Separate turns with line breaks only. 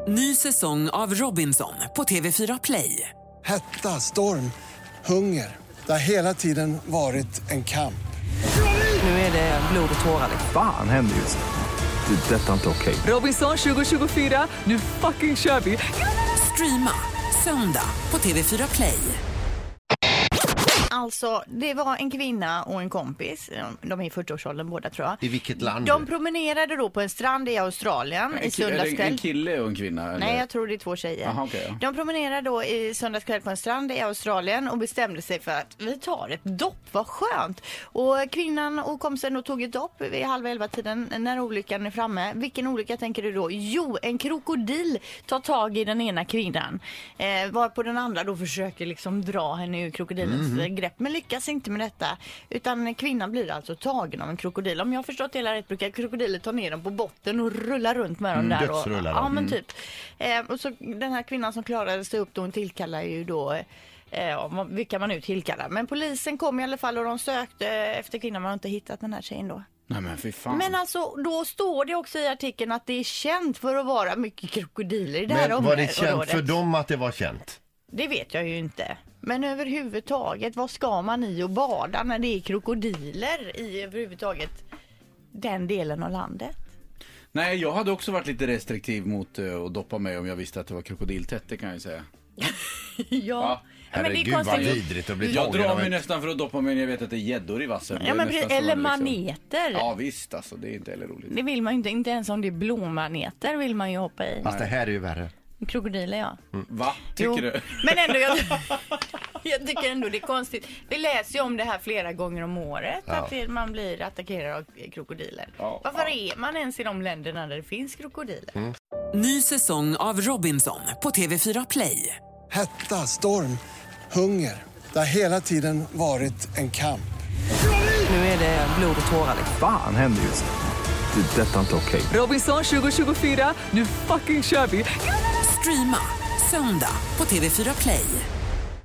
Ny säsong av Robinson på TV4 Play.
Hetta, storm, hunger. Det har hela tiden varit en kamp.
Nu är det blod och tårar.
Fan händer just nu. Det. Detta är inte okej.
Robinson 2024, nu fucking kör vi. Streama söndag på TV4 Play.
Alltså, det var en kvinna och en kompis. De är i 40-årsåldern båda, tror jag.
I vilket land?
De promenerade då på en strand i Australien i söndagskväll.
En kille och en kvinna? Eller?
Nej, jag tror det är två tjejer.
Aha, okay, ja.
De promenerade då i söndagskväll på en strand i Australien och bestämde sig för att vi tar ett dopp, vad skönt. Och kvinnan och kompisen då tog ett dopp vid 10:30 när olyckan är framme. Vilken olycka tänker du då? Jo, en krokodil tar tag i den ena kvinnan. Varpå den andra då försöker liksom dra henne ur krokodilens grepp. Men lyckas inte med detta. Utan kvinnan blir alltså tagen av en krokodil. Om jag har förstått hela rätt brukar krokodiler ta ner dem på botten och rulla runt med dem där.
Dödsrullar.
Ja, men typ. Och så den här kvinnan som klarade sig upp då, hon tillkallar ju då vilka man nu tillkallar. Men polisen kom i alla fall och de sökte efter kvinnan, man har inte hittat den här tjejen då.
Nej men fy fan.
Men alltså, då står det också i artikeln att det är känt för att vara mycket krokodiler i det här
Men
området.
var det känt för dem att det var känt?
Det vet jag ju inte. Men överhuvudtaget, vad ska man i och bada när det är krokodiler i överhuvudtaget den delen av landet?
Nej, jag hade också varit lite restriktiv mot att doppa mig om jag visste att det var krokodiltätt, det kan jag säga.
Ja. Men det är
Herregud, vad vidrigt att bli
Jag
tagen
drar
av
mig
en...
nästan för att doppa mig när jag vet att det är gäddor i vassen.
Ja, men
eller
liksom maneter.
Ja visst, alltså det är inte heller roligt.
Det vill man ju inte ens om det är blåmaneter vill man ju hoppa i.
Fast det här är ju värre.
Krokodiler, ja.
Va? Tycker du?
Men ändå, jag tycker ändå det är konstigt. Vi läser ju om det här flera gånger om året, att man blir attackerad av krokodiler.
Ja,
varför är man ens i de länderna där det finns krokodiler?
Ny säsong av Robinson på TV4 Play.
Hetta, storm, hunger. Det har hela tiden varit en kamp.
Nu är det blod och tårar.
Fan händer just nu. Det. Detta är inte okej.
Robinson 2024, nu fucking kör vi. Streama söndag på TV4 Play.